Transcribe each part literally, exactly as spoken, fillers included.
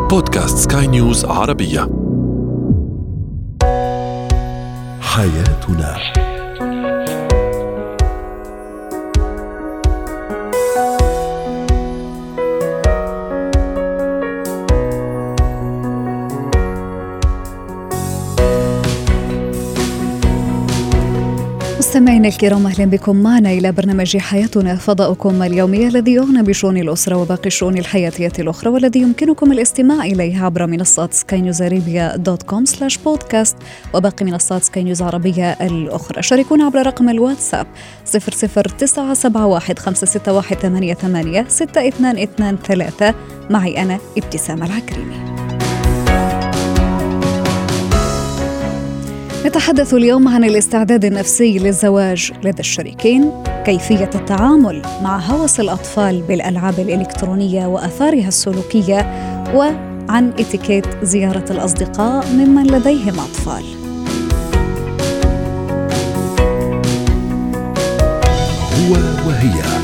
بودكاست سكاي نيوز عربية. حياتنا. مستمعينا الكرام، أهلا بكم معنا إلى برنامج حياتنا، فضاؤكم اليومي الذي يعنى بشؤون الأسرة وباقي الشؤون الحياتية الأخرى، والذي يمكنكم الاستماع إليه عبر منصات سكاي نيوز عربية دوت كوم سلاش بودكاست وباقي منصات سكاي نيوز عربية الأخرى. شاركونا عبر رقم الواتساب صفر صفر تسعة سبعة واحد خمسة ستة واحد ثمانية ثمانية ستة اثنان اثنان ثلاثة. معي أنا ابتسام العكريمي. نتحدث اليوم عن الاستعداد النفسي للزواج لدى الشريكين، كيفية التعامل مع هوس الأطفال بالألعاب الإلكترونية وآثارها السلوكية، وعن اتيكيت زيارة الأصدقاء ممن لديهم أطفال. هو وهي.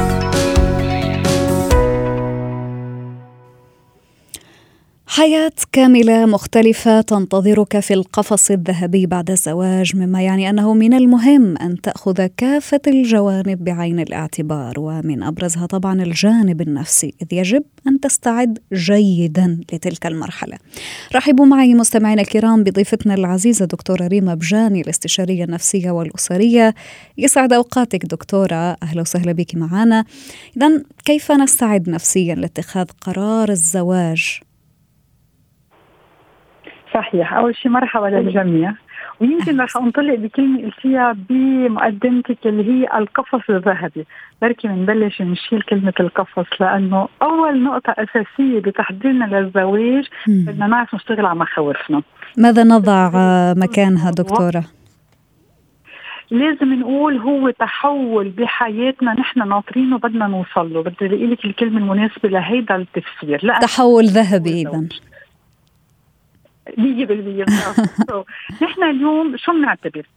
حياة كاملة مختلفة تنتظرك في القفص الذهبي بعد الزواج، مما يعني أنه من المهم أن تأخذ كافة الجوانب بعين الاعتبار، ومن أبرزها طبعا الجانب النفسي، إذ يجب أن تستعد جيدا لتلك المرحلة. رحبوا معي مستمعينا الكرام بضيفتنا العزيزة دكتورة ريما بجاني، الاستشارية النفسية والأسرية. يسعد أوقاتك دكتورة، أهلا وسهلا بك معنا. إذن كيف نستعد نفسيا لاتخاذ قرار الزواج؟ صحيح. أول شيء مرحبا للجميع، ويمكن رح أنطلق بكلمة قلتيها بمقدمتك اللي هي القفص الذهبي. بركي منبلش نشيل كلمة القفص، لأنه أول نقطة أساسية بتحضيرنا للزواج بدنا نعرف نشتغل على مخاوفنا. ماذا نضع مكانها دكتورة؟ لازم نقول هو تحول بحياتنا نحن ناطرينه بدنا نوصل له. بدي ألاقي لك الكلمة المناسبة لهيدا التفسير. تحول ذهبي إذن مية بالمية. نحن اليوم شو بنعتبر؟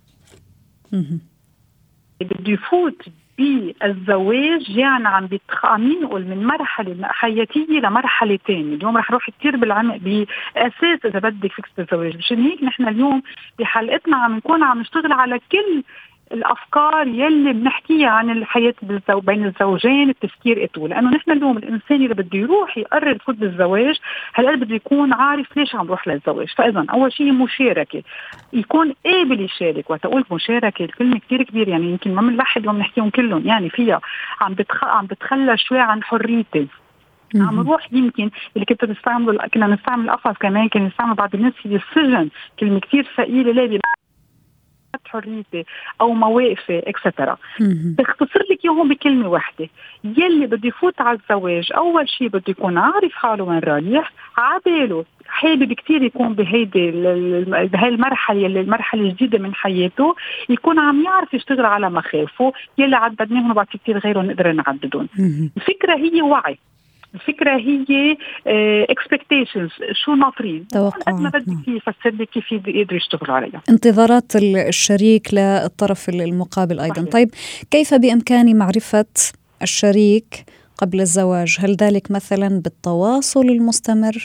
بده يفوت بالزواج يعني عم عم ينقل من مرحلة حياتية لمرحلة تانية. اليوم رح نروح كتير بالعمق بأساس إذا بدك فكرة الزواج. مشان هيك نحن اليوم بحلقتنا عم نكون عم نشتغل على كل الأفكار يلي بنحكيها عن الحياة بالزو... بين الزوجين، التفكير إتو. لأنه نحن اليوم الإنسان اللي بده يروح يقرر يفوت بالزواج هلأ بده يكون عارف ليش عم روح للزواج. فإذا أول شيء مشاركة، يكون قابل يشارك. وتقول مشاركة الكلمة كتير كبير، يعني يمكن ما بنلحق اليوم نحكيهم كلهم، يعني فيها عم بتخ... عم بتخلى شوي عن حريتي. عم نروح يمكن اللي كنت نستعمل كنا نستعمل القفص كمان كان نستعمل بعض الناس في السجن، كلمة كتير ثقيلة ليه حريتي أو مواقفي إكسترا. بختصر لك يوم بكلمة واحدة، يلي بده يفوت على الزواج أول شيء بده يكون عارف حاله وين رايح، عباله حابب كتير يكون بهيدي بهاي المرحلة اللي المرحلة الجديدة من حياته، يكون عم يعرف يشتغل على مخاوفه يلي عددناهم وبعد كتير غيرهم نقدر نعددهم. الفكرة هي وعي، الفكرة هي expectations، شو ناطرين، قد ما بدك يفسر لك كيف يقدر يشتغل عليها. انتظارات الشريك للطرف المقابل أيضا. صحيح. طيب كيف بإمكاني معرفة الشريك قبل الزواج؟ هل ذلك مثلا بالتواصل المستمر؟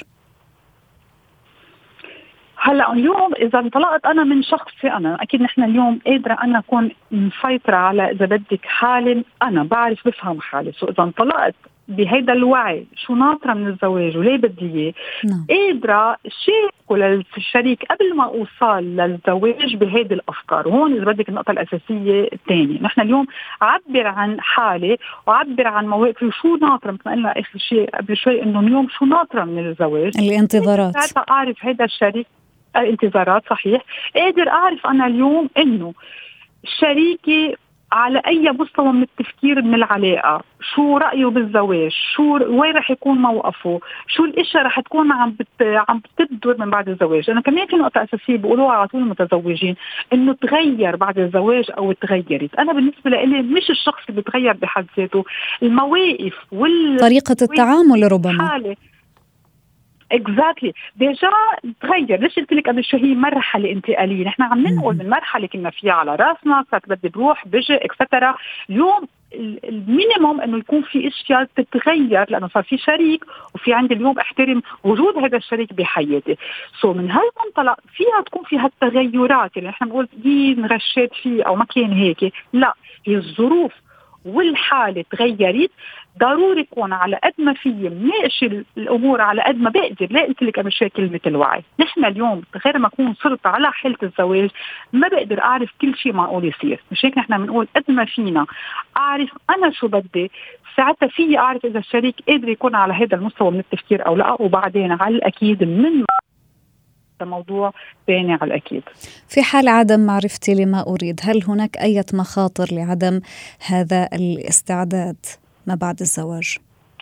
هلا اليوم اذا انطلقت انا من شخصي انا، اكيد نحن اليوم قادره انا اكون مسيطره على اذا بدك حالي، انا بعرف بفهم حالي. سو اذا انطلقت بهيدا الوعي شو ناطره من الزواج وليه بدي اياه، قادره شاركه للشريك قبل ما اوصل للزواج بهيدي الافكار. وهون اذا بدك النقطه الاساسيه الثانيه، نحن اليوم عبر عن حالي وعبر عن مواقفي وشو ناطره، مثل ما قلنا اخر شيء قبل شوي انه اليوم شو ناطره من الزواج، الانتظارات. ساعتها اعرف هيدا الشريك الانتظارات. صحيح. قادر أعرف أنا اليوم إنه شريكي على أي مستوى من التفكير من العلاقة، شو رأيه بالزواج، شو وين رح يكون موقفه، شو الاشياء رح تكون عم بت عم بتدور من بعد الزواج. أنا كمان في نقطة أساسية بيقولوها على طول المتزوجين، إنه تغير بعد الزواج أو تغيرت. أنا بالنسبة لي مش الشخص اللي بتغير بحد ذاته، المواقف وال طريقة التعامل ربما. حالة. اكزاكتلي ديجا تغير. ليش قلت لك قبل شو هي مرحله انتقاليه، نحن عم ننقل من مرحله كنا فيها على راسنا صارت بدي بروح بجي اكسترا. اليوم المينيموم انه يكون في اشياء تتغير، لانه صار في شريك وفي عندي اليوم احترم وجود هذا الشريك بحياتي. سو من هالمنطلق فيها تكون في هالتغيرات اللي نحن بنقول دي نغشيت فيه او ما كان هيك، لا، هي الظروف والحالة تغيرت. ضروري يكون على قد ما في مناقش الأمور على قد ما بقدر. لا قلت لك قبل شوي كلمة الوعي. نحن اليوم غير ما أكون صرت على حالة الزواج ما بقدر أعرف كل شيء معقول يصير. مش هيك نحن بنقول قد ما فينا أعرف أنا شو بدي، ساعتها في أعرف إذا الشريك قادر يكون على هذا المستوى من التفكير أو لا، وبعدين على الأكيد من موضوع ثاني على الأكيد. في حال عدم معرفتي لما أريد، هل هناك أي مخاطر لعدم هذا الاستعداد ما بعد الزواج؟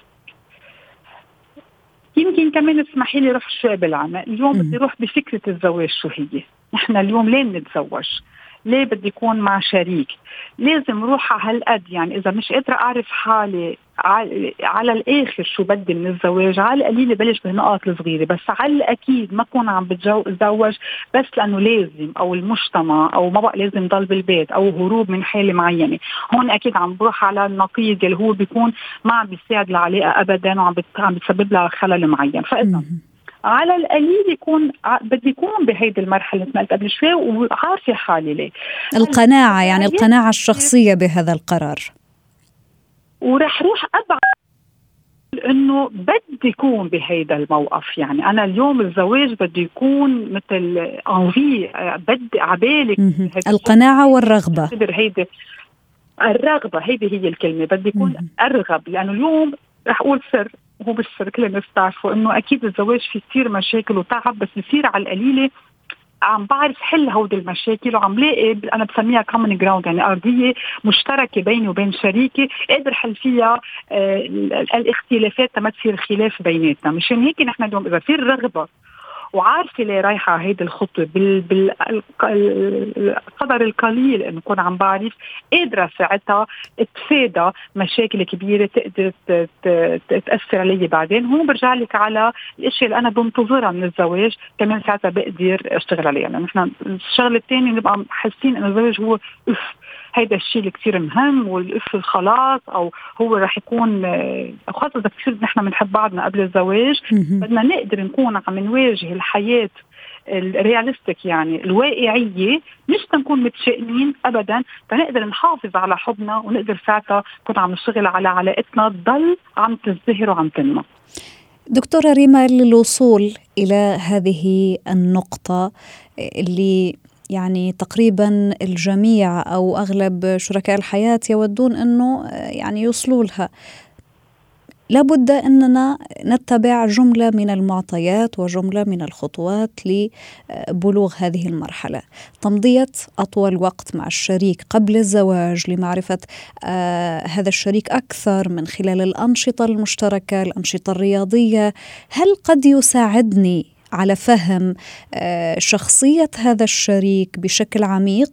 يمكن كمان اسمحي لي روح شوي بالعمل. اليوم بدي روح بفكرة الزواج شو هي. نحن اليوم ليه بنتزوج؟ ليه بدي يكون مع شريك؟ لازم روح على هالقد، يعني إذا مش قادرة أعرف حالي على الآخر شو بدي من الزواج، على القليل بلش بهالنقاط الصغيرة، بس على الأكيد ما أكون عم بتزوج بس لأنه لازم أو المجتمع أو ما بقى لازم ضل بالبيت أو هروب من حالة معينة. هون أكيد عم بروح على النقيض اللي هو بيكون ما عم بيساعد العلاقة أبدا وعم عم بتسبب لها خلل معين. فإذا على القليل يكون بدي يكون بهيدي المرحلة مثل قبل شوي وعارفة حالي ليه. القناعة، يعني القناعة الشخصية بهذا القرار. ورح روح أبعد إنه بدي يكون بهيدا الموقف. يعني أنا اليوم الزواج بدي يكون مثل أنفي، بدي عبالك القناعة والرغبة. هيدي الرغبة، هيدي هي الكلمة. بدي يكون أرغب، لأنه اليوم رح أقول سر وهو بالسر كل الناس تعرفوا إنه أكيد الزواج فيه كتير مشاكل وتعب، بس بصير على القليلة عم بعرف حل هود المشاكل وعم لاقي أنا بسميها common ground، يعني أرضية مشتركة بيني وبين شريكي قادر حل فيها آه الاختلافات ما تصير خلاف بيناتنا. مشان هيك نحن اليوم إذا في الرغبة وعارفة ليه رايحة هيدي الخطوة بالقدر القليل إنه كون عم بعرف قادرة ساعتها اتفادى مشاكل كبيرة تقدر تأثر علي بعدين. هون برجع لك على الاشياء اللي أنا بنتظرها من الزواج، كمان ساعتها بقدر اشتغل عليها. لأن نحن الشغل الثاني نبقى حاسين إنه الزواج هو اف هيدا الشيء اللي كتير مهم والإف الخلاص، أو هو رح يكون خاصة إذا كتير نحن بنحب بعضنا قبل الزواج. بدنا نقدر نكون عم نواجه الحياة الرياليستيك، يعني الواقعية، مش تنكون متشائمين أبدا، فنقدر نحافظ على حبنا ونقدر ساعتها كنا عم نشتغل على علاقتنا تضل عم تزدهر وعم تنمى. دكتورة ريما، للوصول إلى هذه النقطة اللي يعني تقريبا الجميع أو أغلب شركاء الحياة يودون أنه يعني يوصلوا لها، لابد أننا نتبع جملة من المعطيات وجملة من الخطوات لبلوغ هذه المرحلة. تمضية أطول وقت مع الشريك قبل الزواج لمعرفة آه هذا الشريك أكثر من خلال الأنشطة المشتركة، الأنشطة الرياضية. هل قد يساعدني على فهم آه شخصية هذا الشريك بشكل عميق؟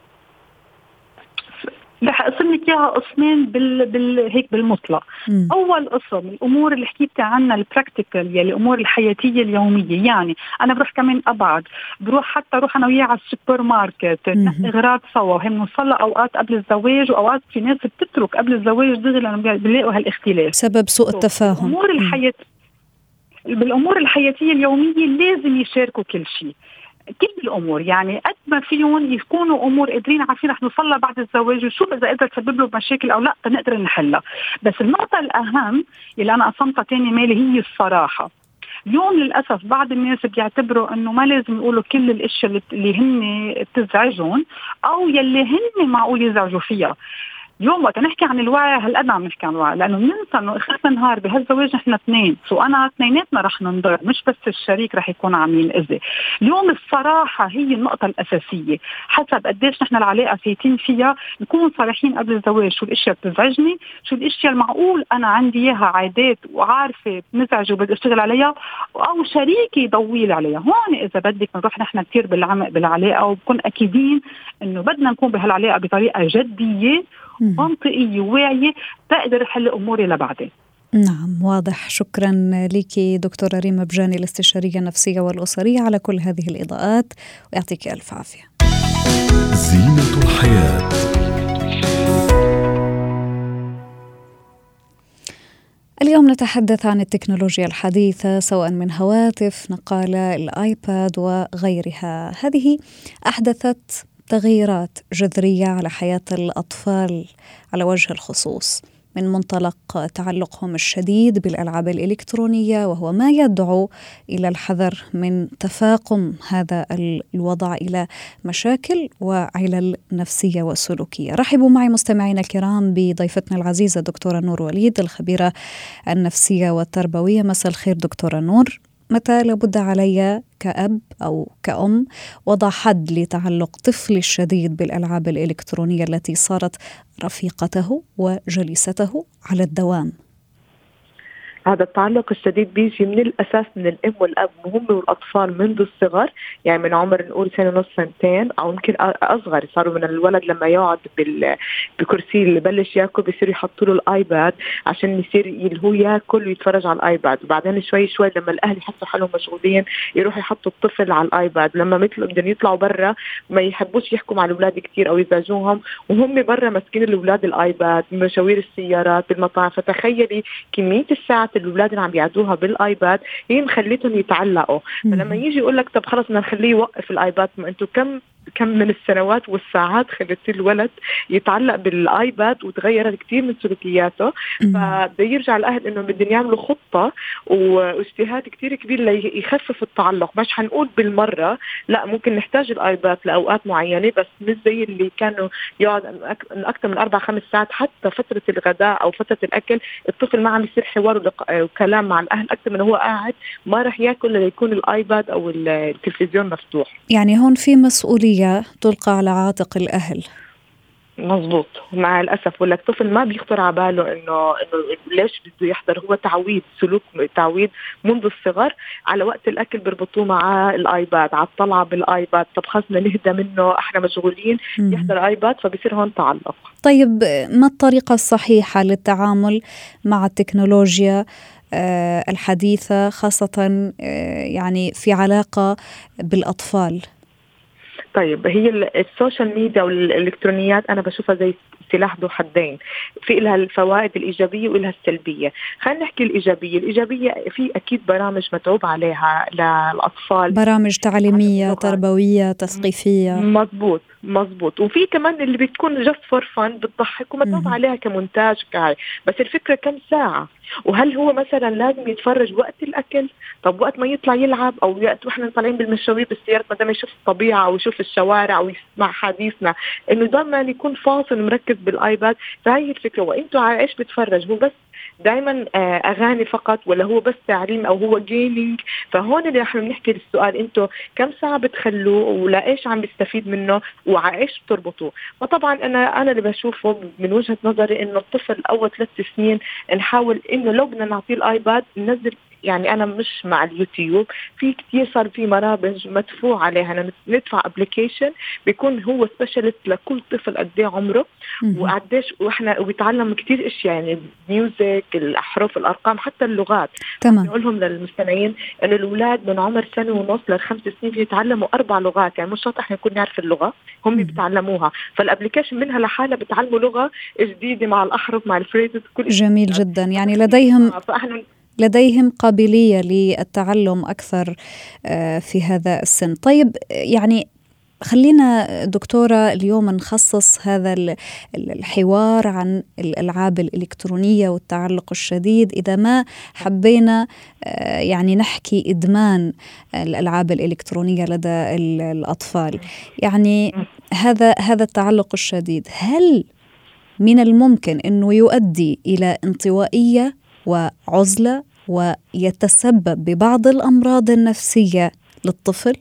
رح أقسم لك إياها قسمين بال... بال... هيك بالمطلق. م. أول قسم الأمور اللي حكيت عنها البراكتيكال، يعني الأمور الحياتية اليومية. يعني أنا بروح كمان أبعد، بروح حتى روح أنا وياه على السوبر ماركت نحن أغراض سوا، وهم نوصل أوقات قبل الزواج وأوقات في ناس بتترك قبل الزواج دغري لأنه بيلاقوا هالاختلاف بسبب سوء التفاهم. الأمور الحياة بالأمور الحياتية اليومية لازم يشاركوا كل شيء، كل الأمور. يعني قد ما فيهم يكونوا أمور قادرين عارفين رح نوصلها بعد الزواج وشوف إذا قدر تسبب له مشاكل أو لا نقدر نحلها. بس النقطة الأهم اللي أنا قسمتها تاني مالي هي الصراحة. اليوم للأسف بعض الناس بيعتبروا أنه ما لازم يقولوا كل الأشياء اللي هن تزعجهم أو يلي هن معقول يزعجوا فيها. اليوم وقت نحكي عن الوعي هالقد عم نحكي عن الوعي، لأنه بننسى إنه آخر النهار بهالزواج نحن اثنين، سو أنا اثنيناتنا رح ننضر، مش بس الشريك رح يكون عم ينأذي. اليوم الصراحة هي النقطة الأساسية. حسب قديش نحن العلاقة فايتين فيها نكون صريحين قبل الزواج، شو الأشياء بتزعجني، شو الأشياء المعقول أنا عندي إياها عادات وعارفة بنزعج وبدي أشتغل عليها، أو شريكي يضويل عليها. هون إذا بدك نروح نحن كتير بالعمق بالعلاقة، وبكون أكيدين إنه بدنا نكون بهالعلاقة بطريقة جدية منطقية وواعية تقدر حل أموري لبعدين. نعم، واضح. شكرا لك دكتورة ريما بجاني، الاستشارية النفسية والأسرية، على كل هذه الإضاءات، ويعطيك ألف عافية. زينة الحياة. اليوم نتحدث عن التكنولوجيا الحديثة، سواء من هواتف، نقالة، الآيباد وغيرها. هذه أحدثت تغييرات جذرية على حياة الأطفال على وجه الخصوص، من منطلق تعلقهم الشديد بالألعاب الإلكترونية، وهو ما يدعو إلى الحذر من تفاقم هذا الوضع إلى مشاكل وعلل نفسية وسلوكية. رحبوا معي مستمعينا الكرام بضيفتنا العزيزة دكتورة نور وليد، الخبيرة النفسية والتربوية. مساء الخير دكتورة نور. متى لابد علي كأب أو كأم وضع حد لتعلق طفلي الشديد بالألعاب الإلكترونية التي صارت رفيقته وجليسته على الدوام؟ هذا التعلق الشديد بيجي من الأساس من الأم والأب، وهم والأطفال منذ الصغر، يعني من عمر نقول سنة ونص سنتين أو يمكن أصغر. صاروا من الولد لما يقعد بال... بكرسي اللي بلش يأكل بيصير يحطوا له الآيباد عشان يصير ي... هو يأكل ويتفرج على الآيباد، وبعدين شوي شوي لما الأهل يحسوا حالهم مشغولين يروح يحطوا الطفل على الآيباد. لما مثل بدهم يطلعوا برا ما يحبوش يحكوا مع الأولاد كتير أو يزعجوهم، وهم برا مسكين الأولاد الآيباد، مشاوير السيارات، بالمطاعم. فتخيلي كمية الساعات الأولاد اللي عم بيعدوها بالآيباد هي مخليتهم يتعلقوا. فلما يجي يقول لك طب خلص بدنا نخليه يوقف الآيباد، ما أنتوا كم كم من السنوات والساعات خليتي الولد يتعلق بالآيباد وتغيرت كتير من سلوكياته. فبده يرجع الأهل إنه بدهم يعملوا خطة واجتهاد كتير كبير ليخفف التعلق. مش حنقول بالمرة لا، ممكن نحتاج الآيباد لأوقات معينة، بس مش زي اللي كانوا يقعد أكثر من أربع خمس ساعات. حتى فترة الغداء أو فترة الأكل الطفل ما عم يصير حوار وكلام مع الأهل أكثر من هو قاعد ما رح يأكل ليكون الآيباد أو التلفزيون مفتوح. يعني هون في مسؤولية تلقى على عاتق الأهل. مظبوط. مع الأسف ولا الطفل ما بيخطر على باله إنه إنه ليش بده يحضر. هو تعويد، سلوك تعويد منذ الصغر. على وقت الأكل بربطوه مع الآيباد، على الطلعة بالآيباد. طب خلصنا نهدى منه، إحنا مشغولين، يحضر آيباد، فبصير هون تعلق. طيب ما الطريقة الصحيحة للتعامل مع التكنولوجيا الحديثة، خاصة يعني في علاقة بالأطفال؟ طيب هي السوشيال ميديا والإلكترونيات أنا بشوفها زي سلاح ذو حدين، في لها الفوائد الإيجابية ولها السلبية. خلينا نحكي الإيجابية. الإيجابية في أكيد برامج متعوب عليها للأطفال، برامج تعليمية تربوية تثقيفية. مزبوط مزبوط. وفي كمان اللي بتكون just for fun بتضحك ومتعوب عليها كمونتاج كاي. بس الفكرة كم ساعة، وهل هو مثلا لازم يتفرج وقت الأكل؟ طب وقت ما يطلع يلعب أو وقت وإحنا طالعين بالمشاوير بالسيارة ما دام يشوف الطبيعة أو يشوف الشوارع أو يسمع حديثنا، إنه دائما يكون فاصل مركز بالآيباد. فهي الفكرة. وإنتوا على إيش بتفرج؟ هو بس دائما أغاني فقط ولا هو بس تعليم أو هو جيمينج؟ فهون اللي احنا بنحكي السؤال، انتوا كم ساعة بتخلوه ولا ايش عم بيستفيد منه وعلى ايش بتربطوه؟ وطبعا انا انا اللي بشوفه من وجهة نظري انه الطفل اول ثلاث سنين نحاول انه لو بدنا نعطيه الايباد ننزل. يعني أنا مش مع اليوتيوب، في كتير صار في برامج مدفوع عليها، ندفع ابليكيشن بيكون هو سبيشالست لكل طفل قد ايه عمره وقديش، واحنا وبيتعلم كتير اشياء، يعني ميوزك، الاحرف، الارقام، حتى اللغات. تمام. نقول لهم للمستمعين انه الاولاد من عمر سنه ونص للخمس سنين بيتعلموا اربع لغات، يعني مش شرط احنا نكون نعرف اللغه، هم بيتعلموها. فالابليكيشن منها لحالها بتعلموا لغه جديده مع الاحرف مع الفريزز كل جميل جدا. يعني لديهم فاحنا لديهم قابلية للتعلم أكثر في هذا السن. طيب يعني خلينا دكتورة اليوم نخصص هذا الحوار عن الألعاب الإلكترونية والتعلق الشديد، إذا ما حبينا يعني نحكي إدمان الألعاب الإلكترونية لدى الأطفال. يعني هذا هذا التعلق الشديد هل من الممكن أنه يؤدي إلى انطوائية وعزلة ويتسبب ببعض الأمراض النفسية للطفل؟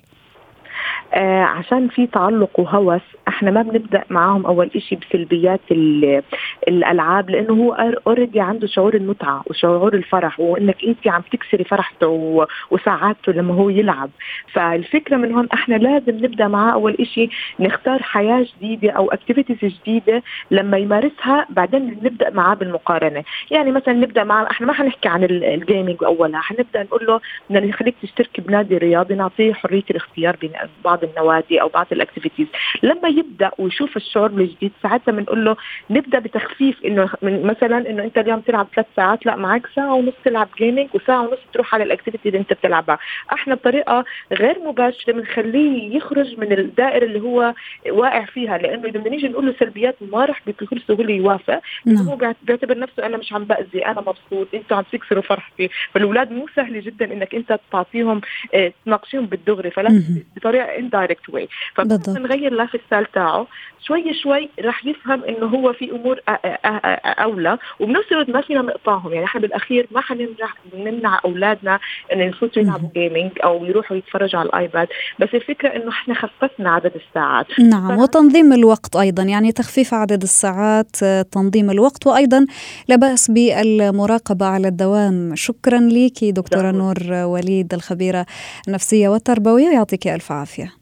آه عشان في تعلق وهوس احنا ما بنبدأ معاهم اول اشي بسلبيات الالعاب، لانه هو اوريدي عنده شعور المتعة وشعور الفرح، وانك انت عم تكسري فرحته وسعادته لما هو يلعب. فالفكرة من هون احنا لازم نبدأ معاه اول اشي نختار حياة جديدة او اكتيفيتيز جديدة لما يمارسها، بعدين نبدأ معاه بالمقارنة. يعني مثلا نبدأ معاه، احنا ما حنحكي عن الجيمينج اولها، حنبدأ نقول له بدنا نخليك تشترك بنادي رياضي، نعطيه حرية الاختيار بين بعض بعض النوادي أو بعض الأكتيفيتيز. لما يبدأ ويشوف الشعور الجديد ساعتها بنقول له نبدأ بتخفيف، إنه مثلا إنه أنت اليوم تلعب ثلاث ساعات، لا معك ساعة ونص تلعب جيمينج وساعة ونص تروح على الأكتيفيتي اللي أنت بتلعبها. إحنا بطريقة غير مباشرة بنخليه يخرج من الدائرة اللي هو واقع فيها، لأنه إذا بدنا نيجي نقول له سلبيات ما رح بكل سهولة يوافق. هو بيعتبر نفسه أنا مش عم بأذي، أنا مبسوط، أنتوا عم تكسروا فرحتي. فالأولاد مو سهل جدا إنك أنت تعطيهم اه تناقشيهم بالدغري، فلا بطريقة indirect way. فبنغير لايف ستايل تاعه شوي شوي راح يفهم إنه هو في أمور أولى، وبنفس الوقت ما فينا نقطعهم. يعني إحنا بالأخير ما حنمنع نمنع أولادنا إن يفوتوا يلعبوا جيمينج أو يروحوا يتفرجوا على الآيباد، بس الفكرة إنه إحنا خففنا عدد الساعات. نعم، وتنظيم الوقت أيضا، يعني تخفيف عدد الساعات، تنظيم الوقت، وأيضا لا بأس بالمراقبة على الدوام. شكرا لك دكتورة نور وليد، الخبيرة النفسية والتربوية، يعطيك ألف عافية.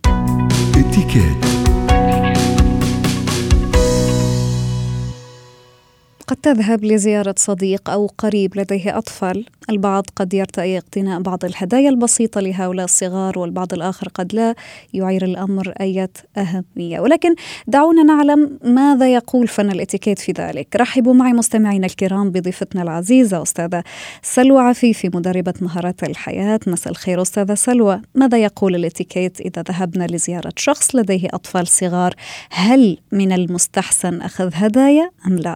قد تذهب لزيارة صديق أو قريب لديه أطفال، البعض قد يرتأي اقتناء بعض الهدايا البسيطة لهؤلاء الصغار، والبعض الآخر قد لا يعير الأمر أي أهمية. ولكن دعونا نعلم ماذا يقول فن الاتيكيت في ذلك. رحبوا معي مستمعينا الكرام بضيفتنا العزيزة أستاذة سلوى عفيفي، مدربة مهارات الحياة. مساء الخير أستاذة سلوى. ماذا يقول الاتيكيت إذا ذهبنا لزيارة شخص لديه أطفال صغار؟ هل من المستحسن أخذ هدايا أم لا؟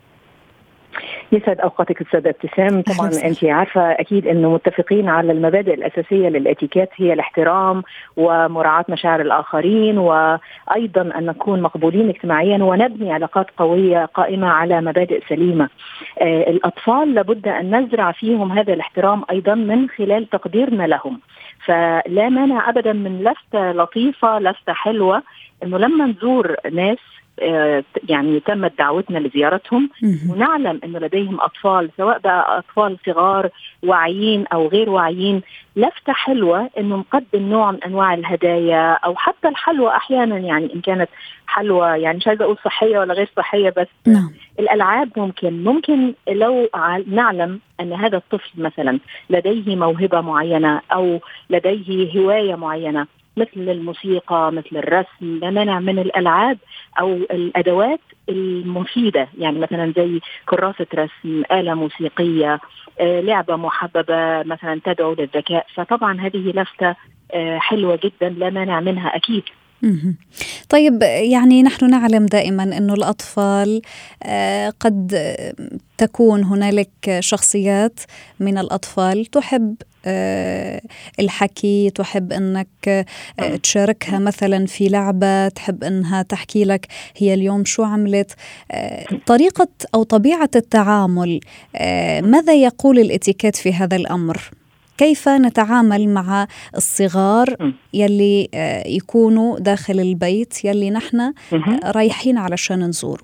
يسعد أوقاتك أستاذة ابتسام. طبعا أنت عارفة أكيد أنه متفقين على المبادئ الأساسية للاتيكيت، هي الاحترام ومراعاة مشاعر الآخرين، وأيضا أن نكون مقبولين اجتماعيا ونبني علاقات قوية قائمة على مبادئ سليمة. آه الأطفال لابد أن نزرع فيهم هذا الاحترام أيضا من خلال تقديرنا لهم. فلا مانع أبدا من لفتة لطيفة، لفتة حلوة، أنه لما نزور ناس يعني تمت دعوتنا لزيارتهم ونعلم أنه لديهم أطفال، سواء بقى أطفال صغار واعيين أو غير واعيين، لفتة حلوة أنه نقدم نوع من أنواع الهدايا أو حتى الحلوى أحيانا، يعني إن كانت حلوى يعني مش عايزة أقول صحية ولا غير صحية، بس نعم. الألعاب ممكن ممكن لو نعلم أن هذا الطفل مثلا لديه موهبة معينة أو لديه هواية معينة مثل الموسيقى مثل الرسم، لا مانع من الألعاب أو الأدوات المفيدة، يعني مثلا زي كراسة رسم، آلة موسيقية، لعبة محببة مثلا تدعو للذكاء. فطبعا هذه لفتة حلوة جدا لا مانع منها أكيد. طيب، يعني نحن نعلم دائما أنه الأطفال قد تكون هنالك شخصيات من الأطفال تحب الحكي، تحب أنك تشاركها مثلا في لعبة، تحب أنها تحكي لك هي اليوم شو عملت. طريقة أو طبيعة التعامل، ماذا يقول الاتيكيت في هذا الأمر؟ كيف نتعامل مع الصغار يلي يكونوا داخل البيت يلي نحن رايحين علشان نزور؟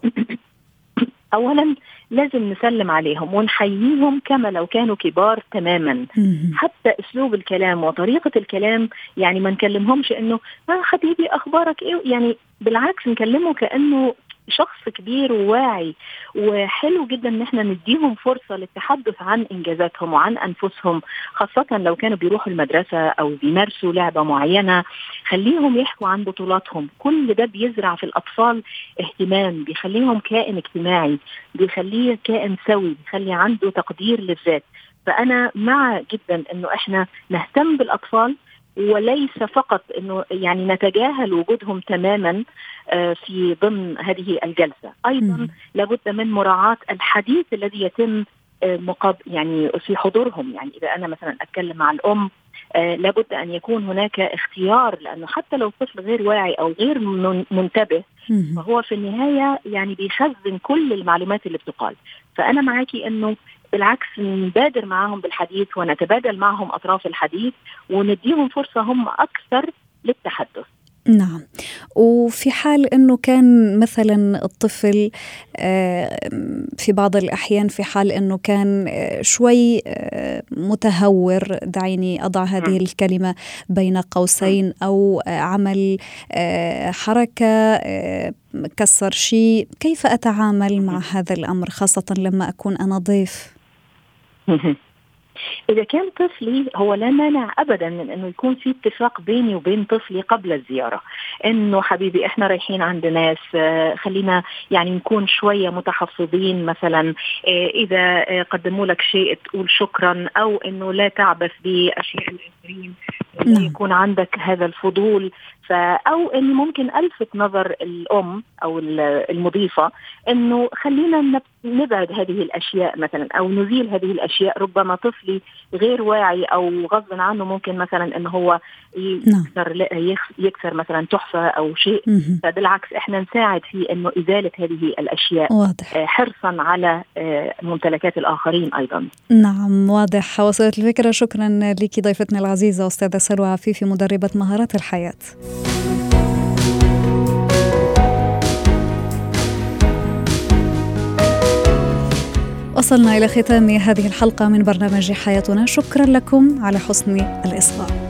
أولا لازم نسلم عليهم ونحييهم كما لو كانوا كبار تماما. حتى أسلوب الكلام وطريقة الكلام، يعني ما نكلمهمش إنه آه حبيبي أخبارك إيه، يعني بالعكس نكلمه كأنه شخص كبير وواعي. وحلو جدا ان احنا نديهم فرصة للتحدث عن انجازاتهم وعن انفسهم، خاصة لو كانوا بيروحوا المدرسة او بيمارسوا لعبة معينة، خليهم يحكوا عن بطولاتهم. كل ده بيزرع في الاطفال اهتمام، بيخليهم كائن اجتماعي، بيخليه كائن سوي، بيخلي عنده تقدير للذات. فانا مع جدا انه احنا نهتم بالاطفال، وليس فقط انه يعني نتجاهل وجودهم تماما في ضمن هذه الجلسة. ايضا لابد من مراعاة الحديث الذي يتم مقابل يعني في حضورهم. يعني اذا انا مثلا اتكلم مع الام لابد ان يكون هناك اختيار، لانه حتى لو الطفل غير واعي او غير منتبه فهو في النهاية يعني بيخزن كل المعلومات اللي بتقال. فانا معاكي انه بالعكس نبادر معهم بالحديث ونتبادل معهم أطراف الحديث ونديهم فرصة هم أكثر للتحدث. نعم. وفي حال أنه كان مثلا الطفل في بعض الأحيان في حال أنه كان شوي متهور، دعيني أضع هذه الكلمة بين قوسين، أو عمل حركة كسر شيء، كيف أتعامل مع هذا الأمر خاصة لما أكون أنا ضيف؟ إذا كان طفلي هو لا مانع أبدا من أنه يكون في اتفاق بيني وبين طفلي قبل الزيارة، أنه حبيبي إحنا رايحين عند ناس، خلينا يعني نكون شوية متحفظين، مثلا إذا قدموا لك شيء تقول شكرا، أو أنه لا تعبث بأشياء الآخرين، يكون عندك هذا الفضول. أو أني ممكن ألفت نظر الأم أو المضيفة أنه خلينا نبعد هذه الأشياء مثلا، أو نزيل هذه الأشياء. ربما طفلي غير واعي أو غصبا عنه ممكن مثلا أنه هو يكسر, يكسر مثلا تحفة أو شيء، فبالعكس إحنا نساعد في أنه إزالة هذه الأشياء. واضح. حرصا على ممتلكات الآخرين أيضا. نعم واضح، وصلت الفكرة. شكرا لك ضيفتنا العزيزة أستاذة سلوى عفيفي، مدربة مهارات الحياة. وصلنا إلى ختام هذه الحلقة من برنامج حياتنا. شكرا لكم على حسن الإصغاء.